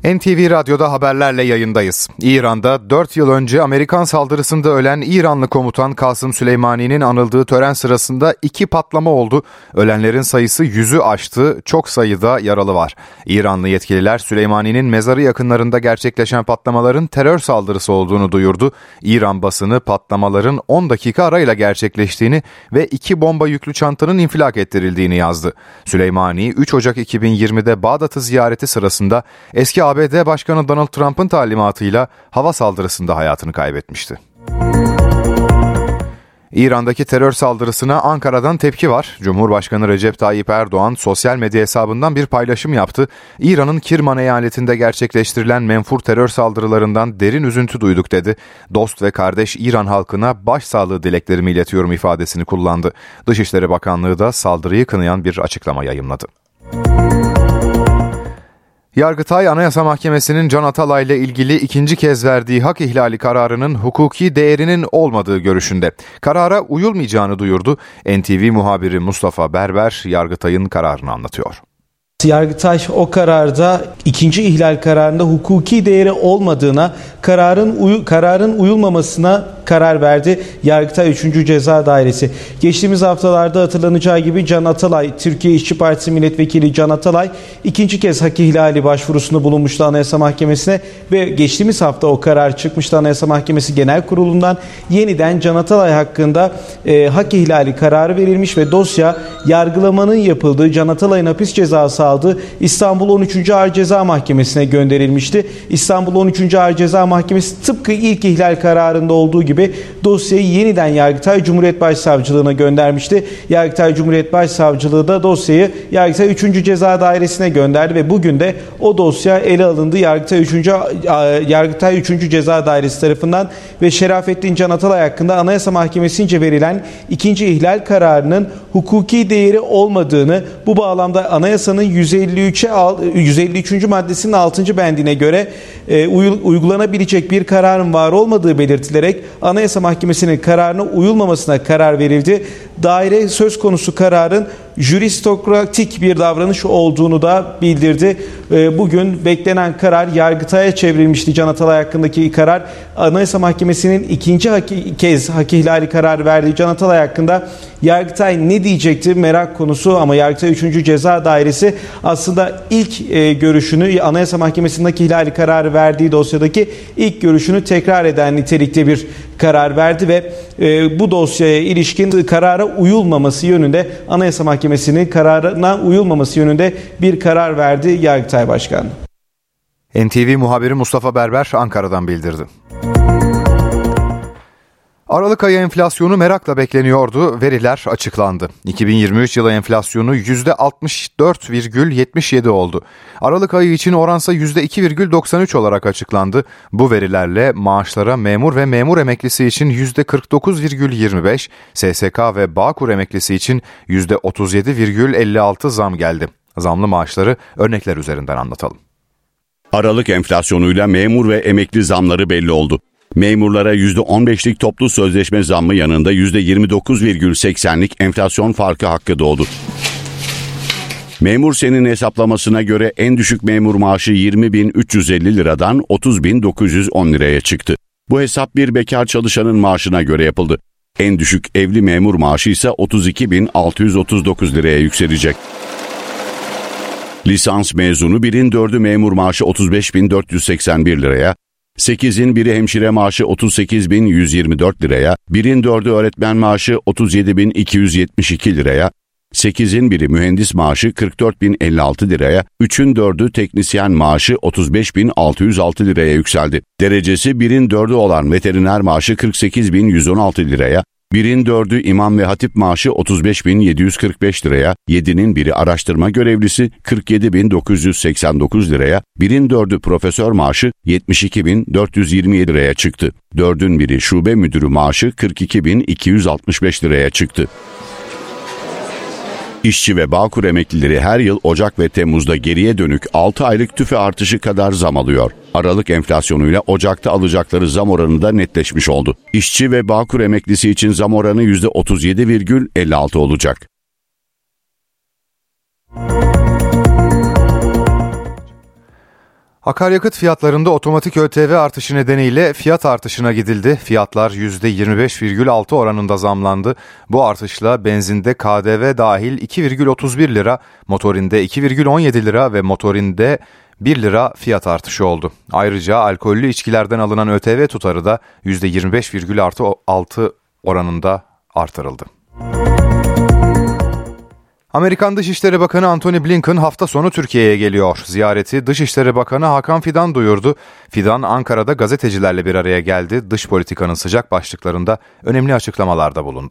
NTV Radyo'da haberlerle yayındayız. İran'da 4 yıl önce Amerikan saldırısında ölen İranlı komutan Kasım Süleymani'nin anıldığı tören sırasında 2 patlama oldu. Ölenlerin sayısı 100'ü aştı, çok sayıda yaralı var. İranlı yetkililer Süleymani'nin mezarı yakınlarında gerçekleşen patlamaların terör saldırısı olduğunu duyurdu. İran basını patlamaların 10 dakika arayla gerçekleştiğini ve 2 bomba yüklü çantanın infilak ettirildiğini yazdı. Süleymani 3 Ocak 2020'de Bağdat'ı ziyareti sırasında eski ABD Başkanı Donald Trump'ın talimatıyla hava saldırısında hayatını kaybetmişti. İran'daki terör saldırısına Ankara'dan tepki var. Cumhurbaşkanı Recep Tayyip Erdoğan sosyal medya hesabından bir paylaşım yaptı. İran'ın Kirman eyaletinde gerçekleştirilen menfur terör saldırılarından derin üzüntü duyduk dedi. Dost ve kardeş İran halkına başsağlığı dileklerimi iletiyorum ifadesini kullandı. Dışişleri Bakanlığı da saldırıyı kınayan bir açıklama yayımladı. Yargıtay Anayasa Mahkemesi'nin Can Atalay'la ilgili ikinci kez verdiği hak ihlali kararının hukuki değerinin olmadığı görüşünde. Karara uyulmayacağını duyurdu. NTV muhabiri Mustafa Berber Yargıtay'ın kararını anlatıyor. Yargıtay o kararda ikinci ihlal kararında hukuki değeri olmadığına, kararın uyulmamasına karar verdi. Yargıtay 3. Ceza Dairesi. Geçtiğimiz haftalarda hatırlanacağı gibi Can Atalay, Türkiye İşçi Partisi Milletvekili Can Atalay ikinci kez hak ihlali başvurusunda bulunmuştu Anayasa Mahkemesi'ne ve geçtiğimiz hafta o karar çıkmıştı Anayasa Mahkemesi Genel Kurulu'ndan. Yeniden Can Atalay hakkında hak ihlali kararı verilmiş ve dosya yargılamanın yapıldığı, Can Atalay'ın hapis cezası aldığı İstanbul 13. Ağır Ceza Mahkemesi'ne gönderilmişti. İstanbul 13. Ağır Ceza Mahkemesi tıpkı ilk ihlal kararında olduğu gibi dosyayı yeniden Yargıtay Cumhuriyet Başsavcılığına göndermişti. Yargıtay Cumhuriyet Başsavcılığı da dosyayı Yargıtay 3. Ceza Dairesi'ne gönderdi ve bugün de o dosya ele alındı Yargıtay 3. Ceza Dairesi tarafından ve Şerafettin Can Atalay hakkında Anayasa Mahkemesi'nce verilen ikinci ihlal kararının hukuki değeri olmadığını, bu bağlamda anayasanın 153. maddesinin 6. bendine göre uygulanabilecek bir kararın var olmadığı belirtilerek Anayasa Mahkemesi'nin kararına uyulmamasına karar verildi. Daire söz konusu kararın jüristokratik bir davranış olduğunu da bildirdi. Bugün beklenen karar Yargıtay'a çevrilmişti. Can Atalay hakkındaki karar. Anayasa Mahkemesi'nin ikinci kez hak ihlali kararı verdiği Can Atalay hakkında Yargıtay ne diyecekti merak konusu ama Yargıtay 3. Ceza Dairesi aslında ilk görüşünü, Anayasa Mahkemesi'nin hak ihlali kararı verdiği dosyadaki ilk görüşünü tekrar eden nitelikte bir karar verdi ve bu dosyaya ilişkin karara uyulmaması yönünde, Anayasa Mahkemesi'nin kararına uyulmaması yönünde bir karar verdi Yargıtay Başkanı. NTV muhabiri Mustafa Berber Ankara'dan bildirdi. Aralık ayı enflasyonu merakla bekleniyordu. Veriler açıklandı. 2023 yılı enflasyonu %64,77 oldu. Aralık ayı için oransa %2,93 olarak açıklandı. Bu verilerle maaşlara memur ve memur emeklisi için %49,25, SSK ve Bağkur emeklisi için %37,56 zam geldi. Zamlı maaşları örnekler üzerinden anlatalım. Aralık enflasyonuyla memur ve emekli zamları belli oldu. Memurlara %15'lik toplu sözleşme zammı yanında %29,80'lik enflasyon farkı hakkı doğdu. Memur Sen'in hesaplamasına göre en düşük memur maaşı 20.350 liradan 30.910 liraya çıktı. Bu hesap bir bekar çalışanın maaşına göre yapıldı. En düşük evli memur maaşı ise 32.639 liraya yükselecek. Lisans mezunu 1'in 4'ü memur maaşı 35.481 liraya, 8'in biri hemşire maaşı 38.124 liraya, 1'in 4'ü öğretmen maaşı 37.272 liraya, 8'in biri mühendis maaşı 44.056 liraya, 3'ün 4'ü teknisyen maaşı 35.606 liraya yükseldi. Derecesi 1'in 4'ü olan veteriner maaşı 48.116 liraya, 1'in 4'ü imam ve hatip maaşı 35.745 liraya, 7'nin biri araştırma görevlisi 47.989 liraya, 1'in 4'ü profesör maaşı 72.427 liraya çıktı. 4'ün biri şube müdürü maaşı 42.265 liraya çıktı. İşçi ve Bağkur emeklileri her yıl Ocak ve Temmuz'da geriye dönük 6 aylık tüfe artışı kadar zam alıyor. Aralık enflasyonuyla Ocak'ta alacakları zam oranı da netleşmiş oldu. İşçi ve Bağkur emeklisi için zam oranı %37,56 olacak. Akaryakıt fiyatlarında otomatik ÖTV artışı nedeniyle fiyat artışına gidildi. Fiyatlar %25,6 oranında zamlandı. Bu artışla benzinde KDV dahil 2,31 lira, motorinde 2,17 lira ve motorinde 1 lira fiyat artışı oldu. Ayrıca alkollü içkilerden alınan ÖTV tutarı da %25,6 oranında artırıldı. Amerikan Dışişleri Bakanı Antony Blinken hafta sonu Türkiye'ye geliyor. Ziyareti Dışişleri Bakanı Hakan Fidan duyurdu. Fidan Ankara'da gazetecilerle bir araya geldi. Dış politikanın sıcak başlıklarında önemli açıklamalarda bulundu.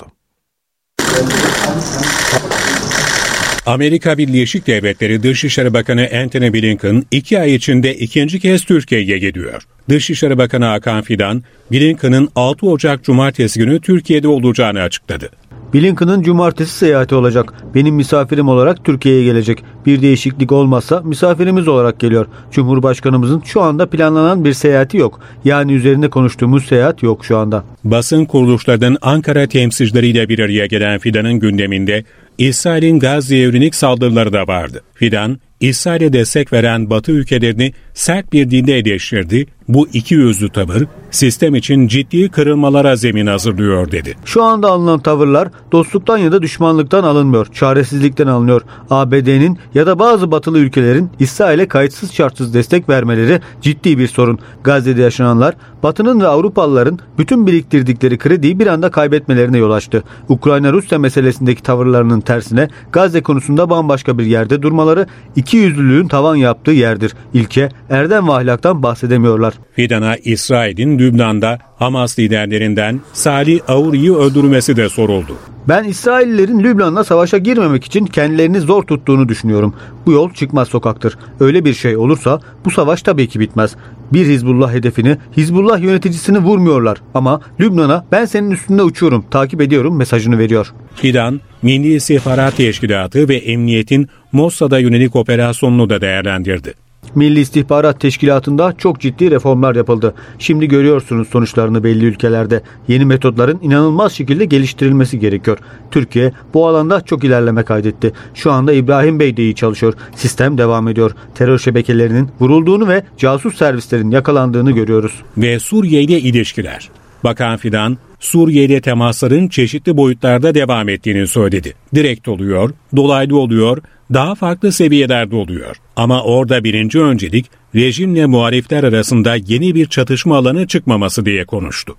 Amerika Birleşik Devletleri Dışişleri Bakanı Antony Blinken 2 ay içinde ikinci kez Türkiye'ye geliyor. Dışişleri Bakanı Hakan Fidan, Blinken'ın 6 Ocak Cumartesi günü Türkiye'de olacağını açıkladı. Blinken'ın cumartesi seyahati olacak. Benim misafirim olarak Türkiye'ye gelecek. Bir değişiklik olmazsa misafirimiz olarak geliyor. Cumhurbaşkanımızın şu anda planlanan bir seyahati yok. Yani üzerinde konuştuğumuz seyahat yok şu anda. Basın kuruluşlarının Ankara temsilcileriyle bir araya gelen Fidan'ın gündeminde İsrail'in Gazze'ye yönelik saldırıları da vardı. Fidan, İsrail'e destek veren Batı ülkelerini sert bir dille eleştirdi. Bu ikiyüzlü tavır sistem için ciddi kırılmalara zemin hazırlıyor dedi. Şu anda alınan tavırlar dostluktan ya da düşmanlıktan alınmıyor, çaresizlikten alınıyor. ABD'nin ya da bazı batılı ülkelerin İsrail'e kayıtsız şartsız destek vermeleri ciddi bir sorun. Gazze'de yaşananlar Batı'nın ve Avrupalıların bütün biriktirdikleri krediyi bir anda kaybetmelerine yol açtı. Ukrayna-Rusya meselesindeki tavırlarının tersine Gazze konusunda bambaşka bir yerde durmaları ikiyüzlülüğün tavan yaptığı yerdir. İlke, erdem ve ahlaktan bahsedemiyorlar. Fidan'a İsrail'in Lübnan'da Hamas liderlerinden Salih Aouri'yi öldürmesi de soruldu. Ben İsraillilerin Lübnan'la savaşa girmemek için kendilerini zor tuttuğunu düşünüyorum. Bu yol çıkmaz sokaktır. Öyle bir şey olursa bu savaş tabii ki bitmez. Bir Hizbullah hedefini, Hizbullah yöneticisini vurmuyorlar. Ama Lübnan'a ben senin üstünde uçuyorum, takip ediyorum mesajını veriyor. Fidan, Milli İstihbarat Teşkilatı ve Emniyet'in Mossad'a yönelik operasyonunu da değerlendirdi. Milli İstihbarat Teşkilatı'nda çok ciddi reformlar yapıldı. Şimdi görüyorsunuz sonuçlarını belli ülkelerde. Yeni metodların inanılmaz şekilde geliştirilmesi gerekiyor. Türkiye bu alanda çok ilerleme kaydetti. Şu anda İbrahim Bey de iyi çalışıyor. Sistem devam ediyor. Terör şebekelerinin vurulduğunu ve casus servislerin yakalandığını görüyoruz. Ve Suriye ile ilişkiler. Bakan Fidan, Suriye'de temasların çeşitli boyutlarda devam ettiğini söyledi. Direkt oluyor, dolaylı oluyor, daha farklı seviyelerde oluyor. Ama orada birinci öncelik rejimle muhalifler arasında yeni bir çatışma alanı çıkmaması diye konuştu.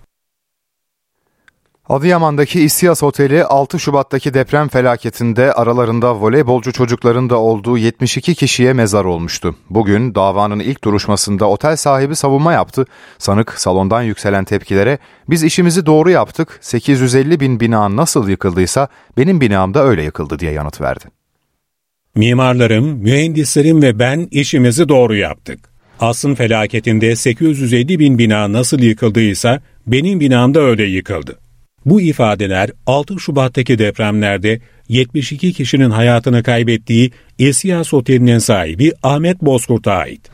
Adıyaman'daki İSİAS Oteli 6 Şubat'taki deprem felaketinde aralarında voleybolcu çocukların da olduğu 72 kişiye mezar olmuştu. Bugün davanın ilk duruşmasında otel sahibi savunma yaptı. Sanık salondan yükselen tepkilere "Biz işimizi doğru yaptık, 850 bin bina nasıl yıkıldıysa benim binam da öyle yıkıldı" diye yanıt verdi. Mimarlarım, mühendislerim ve ben işimizi doğru yaptık. Asrın felaketinde 850 bin bina nasıl yıkıldıysa benim binam da öyle yıkıldı. Bu ifadeler 6 Şubat'taki depremlerde 72 kişinin hayatını kaybettiği İSİAS Oteli'nin sahibi Ahmet Bozkurt'a ait.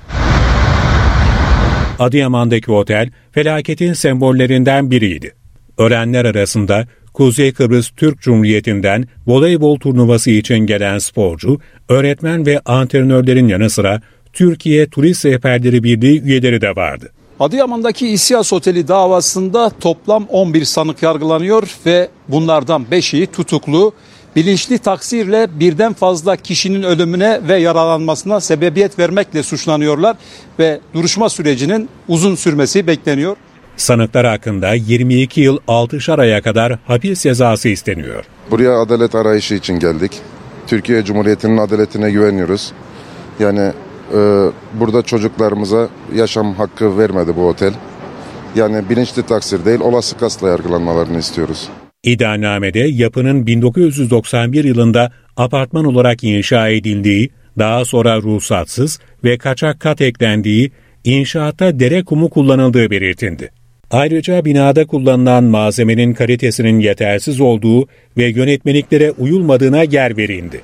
Adıyaman'daki otel felaketin sembollerinden biriydi. Ölenler arasında Kuzey Kıbrıs Türk Cumhuriyeti'nden voleybol turnuvası için gelen sporcu, öğretmen ve antrenörlerin yanı sıra Türkiye Turist Rehberleri Birliği üyeleri de vardı. Adıyaman'daki İSİAS Oteli davasında toplam 11 sanık yargılanıyor ve bunlardan 5'i tutuklu. Bilinçli taksirle birden fazla kişinin ölümüne ve yaralanmasına sebebiyet vermekle suçlanıyorlar ve duruşma sürecinin uzun sürmesi bekleniyor. Sanıklar hakkında 22 yıl 6'şar aya kadar hapis cezası isteniyor. Buraya adalet arayışı için geldik. Türkiye Cumhuriyeti'nin adaletine güveniyoruz. Yani burada çocuklarımıza yaşam hakkı vermedi bu otel. Yani bilinçli taksir değil, olası kasla yargılanmalarını istiyoruz. İddianamede yapının 1991 yılında apartman olarak inşa edildiği, daha sonra ruhsatsız ve kaçak kat eklendiği, inşaatta dere kumu kullanıldığı belirtildi. Ayrıca binada kullanılan malzemenin kalitesinin yetersiz olduğu ve yönetmeliklere uyulmadığına yer verildi.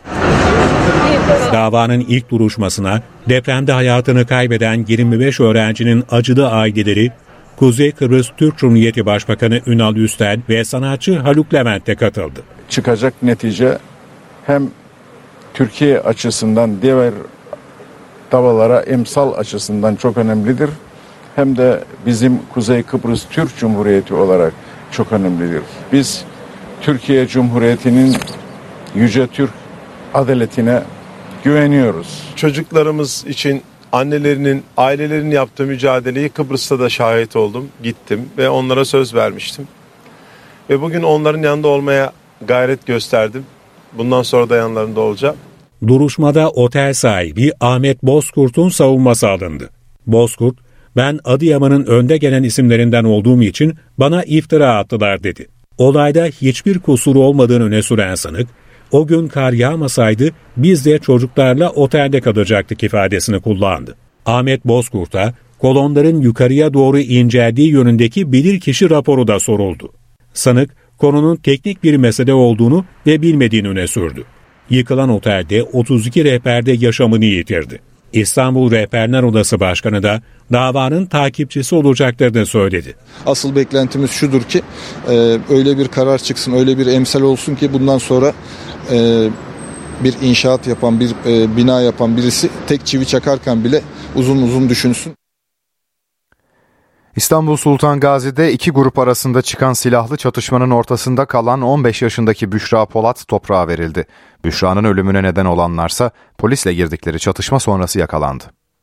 Davanın ilk duruşmasına depremde hayatını kaybeden 25 öğrencinin acılı aileleri, Kuzey Kıbrıs Türk Cumhuriyeti Başbakanı Ünal Üstel ve sanatçı Haluk Levent de katıldı. Çıkacak netice hem Türkiye açısından diğer davalara emsal açısından çok önemlidir. Hem de bizim Kuzey Kıbrıs Türk Cumhuriyeti olarak çok önemlidir. Biz Türkiye Cumhuriyeti'nin yüce Türk adaletine güveniyoruz. Çocuklarımız için annelerinin, ailelerinin yaptığı mücadeleyi Kıbrıs'ta da şahit oldum, gittim ve onlara söz vermiştim. Ve bugün onların yanında olmaya gayret gösterdim. Bundan sonra da yanlarında olacağım. Duruşmada otel sahibi Ahmet Bozkurt'un savunması alındı. Bozkurt, ben Adıyaman'ın önde gelen isimlerinden olduğum için bana iftira attılar dedi. Olayda hiçbir kusuru olmadığını öne süren sanık, o gün kar yağmasaydı biz de çocuklarla otelde kalacaktık ifadesini kullandı. Ahmet Bozkurt'a kolonların yukarıya doğru inceldiği yönündeki bilirkişi raporu da soruldu. Sanık, konunun teknik bir mesele olduğunu ve bilmediğini öne sürdü. Yıkılan otelde 32 rehber de yaşamını yitirdi. İstanbul Rehberler Odası Başkanı da davanın takipçisi olacaklarını söyledi. Asıl beklentimiz şudur ki öyle bir karar çıksın, öyle bir emsal olsun ki bundan sonra bir inşaat yapan, bir bina yapan birisi tek çivi çakarken bile uzun uzun düşünsün. İstanbul Sultan Gazi'de iki grup arasında çıkan silahlı çatışmanın ortasında kalan 15 yaşındaki Büşra Polat toprağa verildi. Büşra'nın ölümüne neden olanlarsa polisle girdikleri çatışma sonrası yakalandı.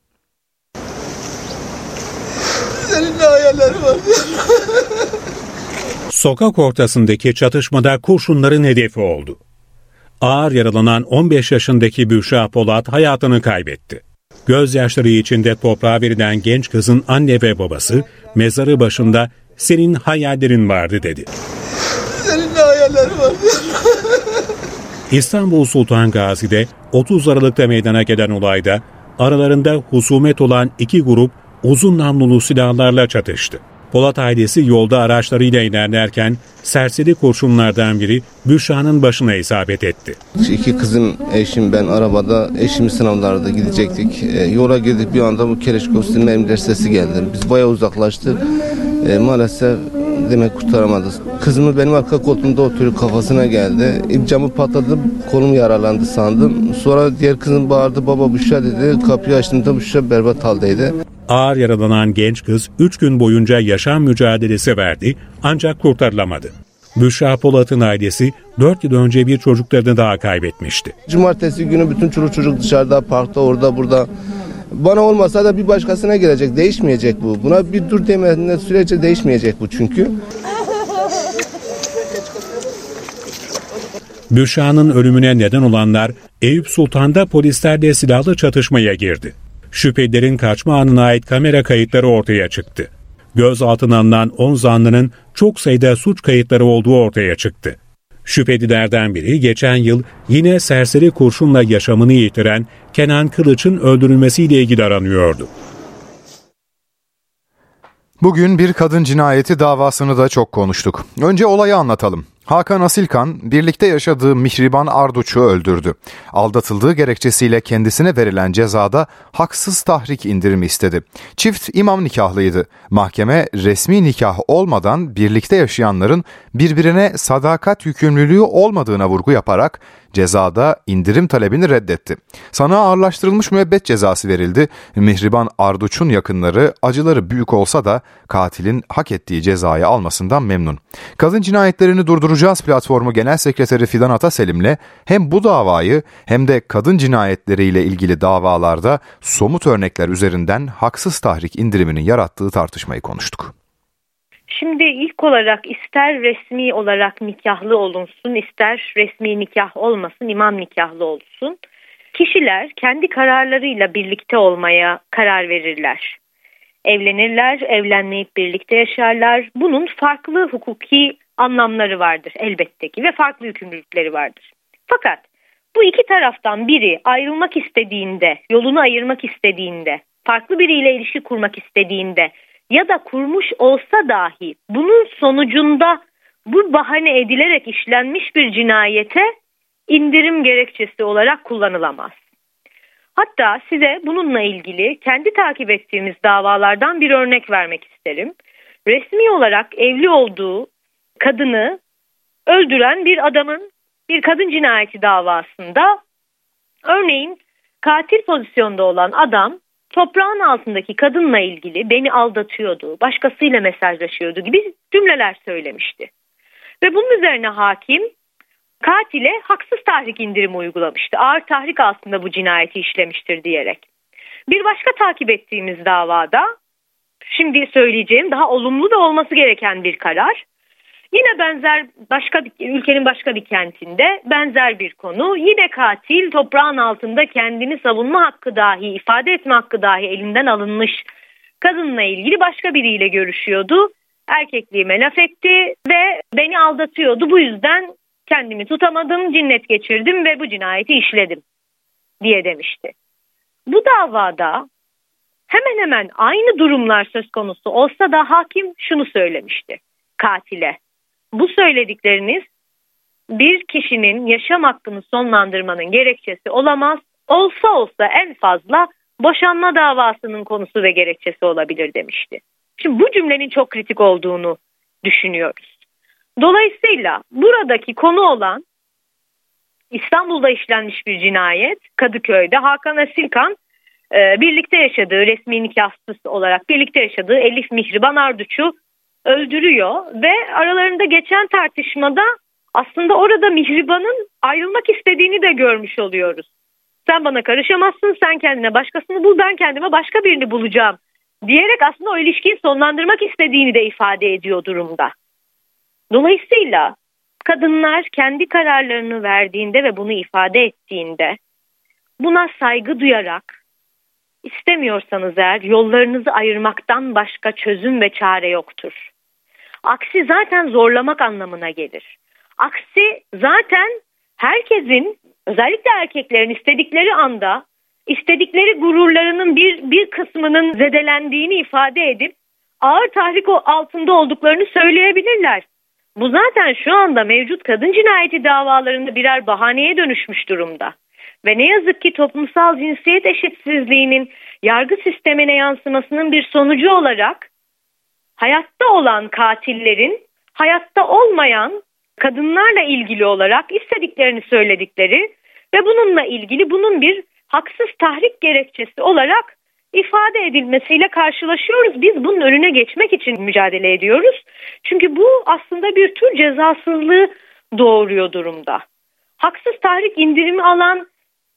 Senin ne hayallerin var? Sokak ortasındaki çatışmada kurşunların hedefi oldu. Ağır yaralanan 15 yaşındaki Büşra Polat hayatını kaybetti. Gözyaşları içinde toprağa verilen genç kızın anne ve babası mezarı başında "Senin hayallerin vardı" dedi. Senin ne hayallerin var? İstanbul Sultan Gazi'de 30 Aralık'ta meydana gelen olayda aralarında husumet olan iki grup uzun namlulu silahlarla çatıştı. Polat ailesi yolda araçlarıyla ilerlerken serseri kurşunlardan biri Büşra'nın başına isabet etti. İki kızım, eşim, ben arabada, eşimi sınavlarda gidecektik. Yola girdik, bir anda bu Kereşkos dinle sesi geldi. Biz bayağı uzaklaştık. Maalesef demek kurtaramadık. Kızımı benim arka koltuğumda oturuyor, kafasına geldi. Camı patladı, kolum yaralandı sandım. Sonra diğer kızım bağırdı, "Baba Büşra" dedi. Kapıyı açtığımda Büşra berbat haldeydi. Ağır yaralanan genç kız 3 gün boyunca yaşam mücadelesi verdi ancak kurtarılamadı. Büşra Polat'ın ailesi 4 yıl önce bir çocuklarını daha kaybetmişti. Cumartesi günü bütün çocuk dışarıda, parkta, orada burada. Bana olmasa da bir başkasına gelecek. Değişmeyecek bu. Buna bir dur demediğinde sürece değişmeyecek bu çünkü. Büşra'nın ölümüne neden olanlar Eyüp Sultan'da polislerle silahlı çatışmaya girdi. Şüphelilerin kaçma anına ait kamera kayıtları ortaya çıktı. Gözaltına alınan 10 zanlının çok sayıda suç kayıtları olduğu ortaya çıktı. Şüphelilerden biri geçen yıl yine serseri kurşunla yaşamını yitiren Kenan Kılıç'ın öldürülmesiyle ilgili aranıyordu. Bugün bir kadın cinayeti davasını da çok konuştuk. Önce olayı anlatalım. Hakan Asilkan birlikte yaşadığı Mihriban Arduç'u öldürdü. Aldatıldığı gerekçesiyle kendisine verilen cezada haksız tahrik indirimi istedi. Çift imam nikahlıydı. Mahkeme resmi nikah olmadan birlikte yaşayanların birbirine sadakat yükümlülüğü olmadığına vurgu yaparak cezada indirim talebini reddetti. Sanığa ağırlaştırılmış müebbet cezası verildi. Mihriban Arduç'un yakınları acıları büyük olsa da katilin hak ettiği cezayı almasından memnun. Kadın Cinayetlerini Durduracağız platformu Genel Sekreteri Fidan Ataselim'le hem bu davayı hem de kadın cinayetleriyle ilgili davalarda somut örnekler üzerinden haksız tahrik indiriminin yarattığı tartışmayı konuştuk. Şimdi ilk olarak ister resmi olarak nikahlı olunsun, ister resmi nikah olmasın, imam nikahlı olsun. Kişiler kendi kararlarıyla birlikte olmaya karar verirler. Evlenirler, evlenmeyip birlikte yaşarlar. Bunun farklı hukuki anlamları vardır elbette ki ve farklı yükümlülükleri vardır. Fakat bu iki taraftan biri ayrılmak istediğinde, yolunu ayırmak istediğinde, farklı biriyle ilişki kurmak istediğinde ya da kurmuş olsa dahi bunun sonucunda bu bahane edilerek işlenmiş bir cinayete indirim gerekçesi olarak kullanılamaz. Hatta size bununla ilgili kendi takip ettiğimiz davalardan bir örnek vermek isterim. Resmi olarak evli olduğu kadını öldüren bir adamın bir kadın cinayeti davasında örneğin katil pozisyonda olan adam toprağın altındaki kadınla ilgili beni aldatıyordu, başkasıyla mesajlaşıyordu gibi cümleler söylemişti. Ve bunun üzerine hakim katile haksız tahrik indirimi uygulamıştı. Ağır tahrik altında bu cinayeti işlemiştir diyerek. Bir başka takip ettiğimiz davada, şimdi söyleyeceğim daha olumlu da olması gereken bir karar. Yine benzer ülkenin başka bir kentinde benzer bir konu. Yine katil toprağın altında kendini savunma hakkı dahi, ifade etme hakkı dahi elinden alınmış kadınla ilgili başka biriyle görüşüyordu. Erkekliğime laf etti ve beni aldatıyordu. Bu yüzden kendimi tutamadım, cinnet geçirdim ve bu cinayeti işledim diye demişti. Bu davada hemen hemen aynı durumlar söz konusu olsa da hakim şunu söylemişti katile. Bu söyledikleriniz bir kişinin yaşam hakkını sonlandırmanın gerekçesi olamaz. Olsa en fazla boşanma davasının konusu ve gerekçesi olabilir demişti. Şimdi bu cümlenin çok kritik olduğunu düşünüyoruz. Dolayısıyla buradaki konu olan İstanbul'da işlenmiş bir cinayet, Kadıköy'de Hakan Asilkan birlikte yaşadığı, resmi nikahsız olarak birlikte yaşadığı Elif Mihriban Arduç'u öldürüyor ve aralarında geçen tartışmada aslında orada Mihriban'ın ayrılmak istediğini de görmüş oluyoruz. Sen bana karışamazsın, sen kendine başkasını bul, ben kendime başka birini bulacağım diyerek aslında o ilişkiyi sonlandırmak istediğini de ifade ediyor durumda. Dolayısıyla kadınlar kendi kararlarını verdiğinde ve bunu ifade ettiğinde buna saygı duyarak, İstemiyorsanız eğer yollarınızı ayırmaktan başka çözüm ve çare yoktur. Aksi zaten zorlamak anlamına gelir. Aksi zaten herkesin, özellikle erkeklerin istedikleri anda, istedikleri gururlarının bir kısmının zedelendiğini ifade edip ağır tahrik altında olduklarını söyleyebilirler. Bu zaten şu anda mevcut kadın cinayeti davalarında birer bahaneye dönüşmüş durumda. Ve ne yazık ki toplumsal cinsiyet eşitsizliğinin yargı sistemine yansımasının bir sonucu olarak hayatta olan katillerin hayatta olmayan kadınlarla ilgili olarak istediklerini söyledikleri ve bununla ilgili bunun bir haksız tahrik gerekçesi olarak ifade edilmesiyle karşılaşıyoruz. Biz bunun önüne geçmek için mücadele ediyoruz. Çünkü bu aslında bir tür cezasızlığı doğuruyor durumda. Haksız tahrik indirimi alan,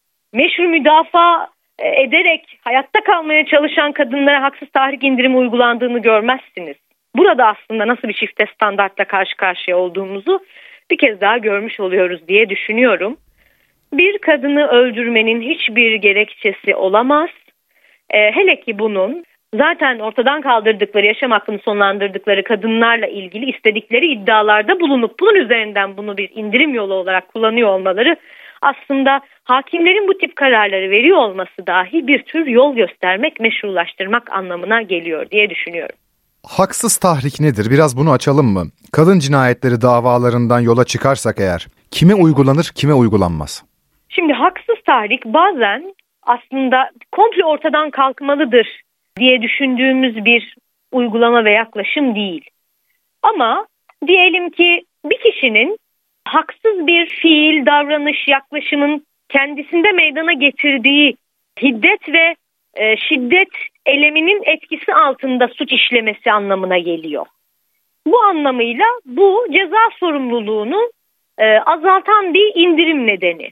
meşru müdafaa ederek hayatta kalmaya çalışan kadınlara haksız tahrik indirimi uygulandığını görmezsiniz. Burada aslında nasıl bir çifte standartla karşı karşıya olduğumuzu bir kez daha görmüş oluyoruz diye düşünüyorum. Bir kadını öldürmenin hiçbir gerekçesi olamaz. Hele ki bunun zaten ortadan kaldırdıkları, yaşam hakkını sonlandırdıkları kadınlarla ilgili istedikleri iddialarda bulunup bunun üzerinden bunu bir indirim yolu olarak kullanıyor olmaları aslında hakimlerin bu tip kararları veriyor olması dahi bir tür yol göstermek, meşrulaştırmak anlamına geliyor diye düşünüyorum. Haksız tahrik nedir? Biraz bunu açalım mı? Kadın cinayetleri davalarından yola çıkarsak eğer kime uygulanır, kime uygulanmaz? Şimdi haksız tahrik bazen aslında komple ortadan kalkmalıdır diye düşündüğümüz bir uygulama ve yaklaşım değil. Ama diyelim ki bir kişinin haksız bir fiil, davranış, yaklaşımın kendisinde meydana getirdiği hiddet ve şiddet eleminin etkisi altında suç işlemesi anlamına geliyor. Bu anlamıyla bu ceza sorumluluğunu azaltan bir indirim nedeni.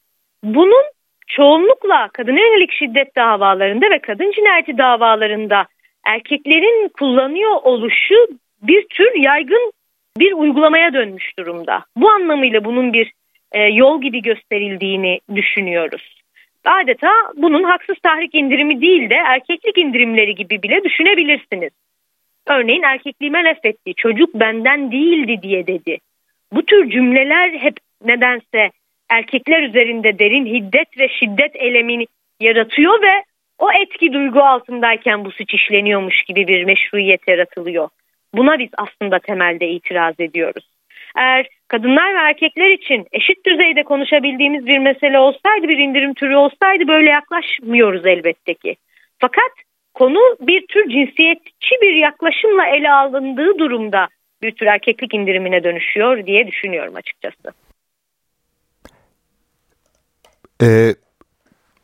Bunun çoğunlukla kadına yönelik şiddet davalarında ve kadın cinayeti davalarında erkeklerin kullanıyor oluşu bir tür yaygın bir uygulamaya dönmüş durumda. Bu anlamıyla bunun bir yol gibi gösterildiğini düşünüyoruz. Adeta bunun haksız tahrik indirimi değil de erkeklik indirimleri gibi bile düşünebilirsiniz. Örneğin erkekliğime laf etti, çocuk benden değildi diye dedi. Bu tür cümleler hep nedense erkekler üzerinde derin hiddet ve şiddet elemini yaratıyor ve o etki duygu altındayken bu suç işleniyormuş gibi bir meşruiyet yaratılıyor. Buna biz aslında temelde itiraz ediyoruz. Eğer kadınlar ve erkekler için eşit düzeyde konuşabildiğimiz bir mesele olsaydı, bir indirim türü olsaydı böyle yaklaşmıyoruz elbette ki. Fakat konu bir tür cinsiyetçi bir yaklaşımla ele alındığı durumda bir tür erkeklik indirimine dönüşüyor diye düşünüyorum açıkçası.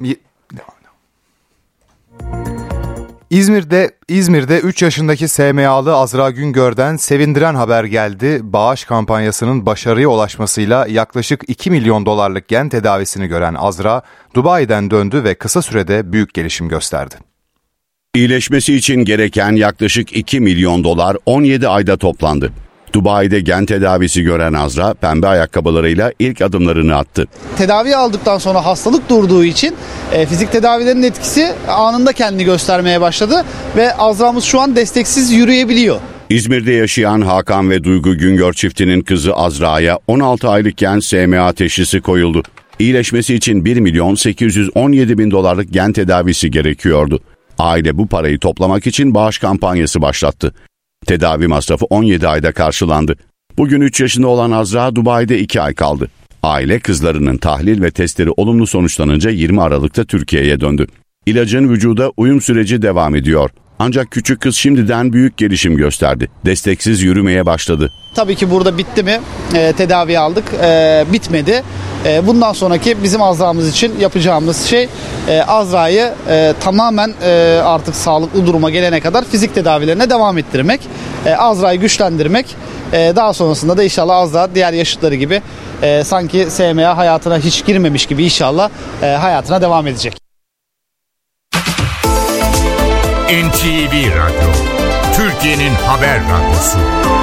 İzmir'de 3 yaşındaki SMA'lı Azra Güngör'den sevindiren haber geldi. Bağış kampanyasının başarıya ulaşmasıyla yaklaşık 2 milyon dolarlık gen tedavisini gören Azra, Dubai'den döndü ve kısa sürede büyük gelişim gösterdi. İyileşmesi için gereken yaklaşık 2 milyon dolar 17 ayda toplandı. Dubai'de gen tedavisi gören Azra pembe ayakkabılarıyla ilk adımlarını attı. Tedavi aldıktan sonra hastalık durduğu için fizik tedavilerin etkisi anında kendini göstermeye başladı ve Azra'mız şu an desteksiz yürüyebiliyor. İzmir'de yaşayan Hakan ve Duygu Güngör çiftinin kızı Azra'ya 16 aylıkken SMA teşhisi koyuldu. İyileşmesi için 1 milyon 817 bin dolarlık gen tedavisi gerekiyordu. Aile bu parayı toplamak için bağış kampanyası başlattı. Tedavi masrafı 17 ayda karşılandı. Bugün 3 yaşında olan Azra Dubai'de 2 ay kaldı. Aile kızlarının tahlil ve testleri olumlu sonuçlanınca 20 Aralık'ta Türkiye'ye döndü. İlacın vücuda uyum süreci devam ediyor. Ancak küçük kız şimdiden büyük gelişim gösterdi. Desteksiz yürümeye başladı. Tabii ki burada bitti mi? Tedavi aldık. Bitmedi. Bundan sonraki bizim Azra'mız için yapacağımız şey Azra'yı tamamen artık sağlıklı duruma gelene kadar fizik tedavilerine devam ettirmek. Azra'yı güçlendirmek. Daha sonrasında da inşallah Azra diğer yaşıtları gibi sanki SMA hayatına hiç girmemiş gibi inşallah hayatına devam edecek. NTV Radyo, Türkiye'nin haber radyosu.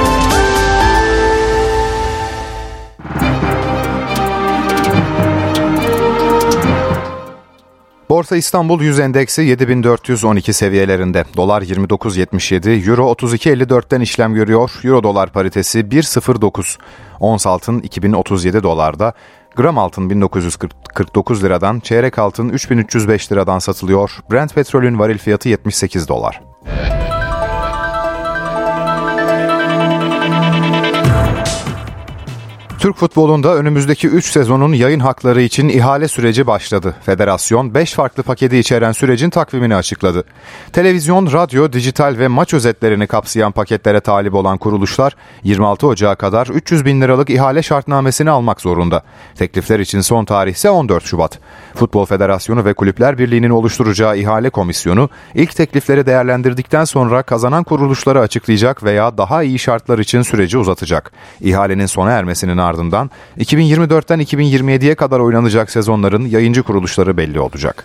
Borsa İstanbul 100 endeksi 7412 seviyelerinde. Dolar 29.77, Euro 32.54'ten işlem görüyor. Euro dolar paritesi 1.09. Ons altın 2037 dolarda. Gram altın 1949 liradan, çeyrek altın 3305 liradan satılıyor. Brent petrolün varil fiyatı 78 dolar. Türk futbolunda önümüzdeki 3 sezonun yayın hakları için ihale süreci başladı. Federasyon 5 farklı paketi içeren sürecin takvimini açıkladı. Televizyon, radyo, dijital ve maç özetlerini kapsayan paketlere talip olan kuruluşlar 26 Ocağı kadar 300 bin liralık ihale şartnamesini almak zorunda. Teklifler için son tarih ise 14 Şubat. Futbol Federasyonu ve Kulüpler Birliği'nin oluşturacağı ihale komisyonu ilk teklifleri değerlendirdikten sonra kazanan kuruluşları açıklayacak veya daha iyi şartlar için süreci uzatacak. İhalenin sona ermesinin ardından 2024'ten 2027'ye kadar oynanacak sezonların yayıncı kuruluşları belli olacak.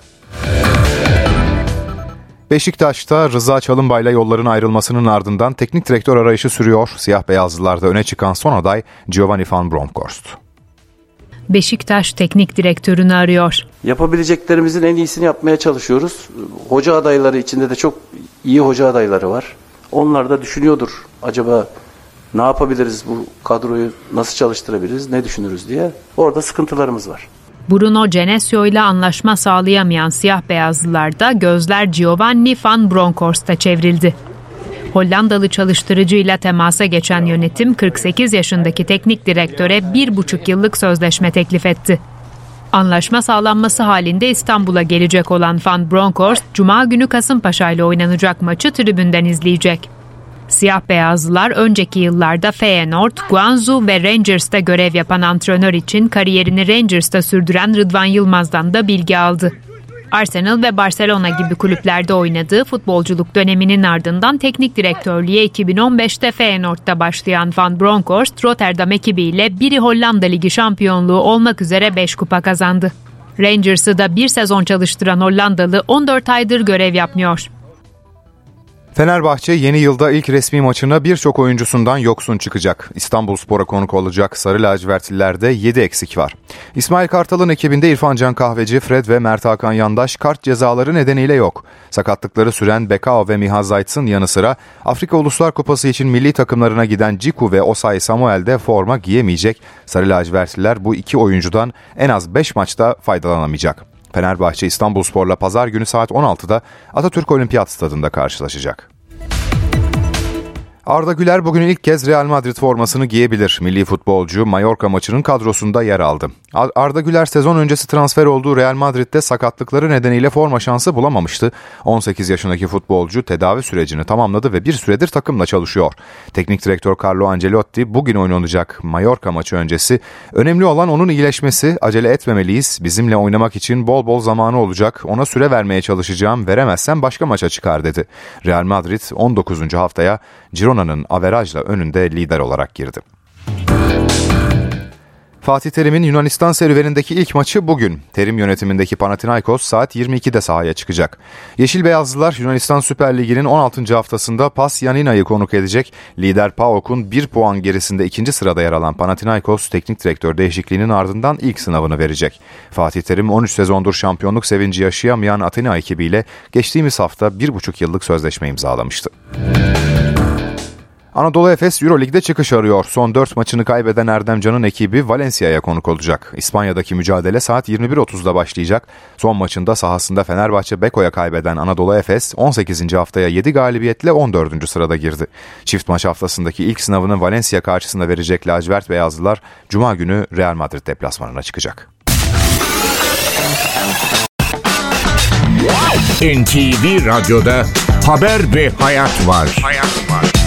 Beşiktaş'ta Rıza Çalınbay'la yolların ayrılmasının ardından teknik direktör arayışı sürüyor. Siyah beyazlılarda öne çıkan son aday Giovanni van Bronckhorst. Beşiktaş teknik direktörünü arıyor. Yapabileceklerimizin en iyisini yapmaya çalışıyoruz. Hoca adayları içinde de çok iyi hoca adayları var. Onlar da düşünüyordur. Acaba ne yapabiliriz, bu kadroyu nasıl çalıştırabiliriz, ne düşünürüz diye. Orada sıkıntılarımız var. Bruno Genesio ile anlaşma sağlayamayan siyah beyazlılarda gözler Giovanni van Bronckhorst'a çevrildi. Hollandalı çalıştırıcıyla temasa geçen yönetim 48 yaşındaki teknik direktöre 1,5 yıllık sözleşme teklif etti. Anlaşma sağlanması halinde İstanbul'a gelecek olan Van Bronckhorst, Cuma günü Kasımpaşa ile oynanacak maçı tribünden izleyecek. Siyah beyazlılar önceki yıllarda Feyenoord, Guangzhou ve Rangers'ta görev yapan antrenör için kariyerini Rangers'ta sürdüren Rıdvan Yılmaz'dan da bilgi aldı. Arsenal ve Barcelona gibi kulüplerde oynadığı futbolculuk döneminin ardından teknik direktörlüğe 2015'te Feyenoord'da başlayan Van Bronckhorst, Rotterdam ekibiyle biri Hollanda Ligi şampiyonluğu olmak üzere 5 kupa kazandı. Rangers'ı da bir sezon çalıştıran Hollandalı 14 aydır görev yapmıyor. Fenerbahçe yeni yılda ilk resmi maçına birçok oyuncusundan yoksun çıkacak. İstanbulspor'a konuk olacak Sarı Lacivertlilerde 7 eksik var. İsmail Kartal'ın ekibinde İrfan Can Kahveci, Fred ve Mert Hakan Yandaş kart cezaları nedeniyle yok. Sakatlıkları süren Bekao ve Miha Zayt'sın yanı sıra Afrika Uluslar Kupası için milli takımlarına giden Ciku ve Osay Samuel de forma giyemeyecek. Sarı Lacivertliler bu iki oyuncudan en az 5 maçta faydalanamayacak. Fenerbahçe İstanbulspor'la pazar günü saat 16'da Atatürk Olimpiyat Stadı'nda karşılaşacak. Arda Güler bugün ilk kez Real Madrid formasını giyebilir. Milli futbolcu Mallorca maçının kadrosunda yer aldı. Arda Güler sezon öncesi transfer olduğu Real Madrid'de sakatlıkları nedeniyle forma şansı bulamamıştı. 18 yaşındaki futbolcu tedavi sürecini tamamladı ve bir süredir takımla çalışıyor. Teknik direktör Carlo Ancelotti bugün oynanacak Mallorca maçı öncesi "Önemli olan onun iyileşmesi, acele etmemeliyiz. Bizimle oynamak için bol bol zamanı olacak. Ona süre vermeye çalışacağım. Veremezsem başka maça çıkar" dedi. Real Madrid 19. haftaya Girona'nın averajla önünde lider olarak girdi. Fatih Terim'in Yunanistan serüvenindeki ilk maçı bugün. Terim yönetimindeki Panathinaikos saat 22'de sahaya çıkacak. Yeşil Beyazlılar Yunanistan Süper Ligi'nin 16. haftasında Pas Yanina'yı konuk edecek. Lider PAOK'un 1 puan gerisinde 2. sırada yer alan Panathinaikos teknik direktör değişikliğinin ardından ilk sınavını verecek. Fatih Terim 13 sezondur şampiyonluk sevinci yaşayamayan Athena ekibiyle geçtiğimiz hafta 1,5 yıllık sözleşme imzalamıştı. Anadolu Efes Euroleague'de çıkış arıyor. Son 4 maçını kaybeden Erdem Can'ın ekibi Valencia'ya konuk olacak. İspanya'daki mücadele saat 21.30'da başlayacak. Son maçında sahasında Fenerbahçe Beko'ya kaybeden Anadolu Efes 18. haftaya 7 galibiyetle 14. sırada girdi. Çift maç haftasındaki ilk sınavını Valencia karşısında verecek lacivert beyazlılar Cuma günü Real Madrid deplasmanına çıkacak. NTV Radyo'da haber ve hayat var.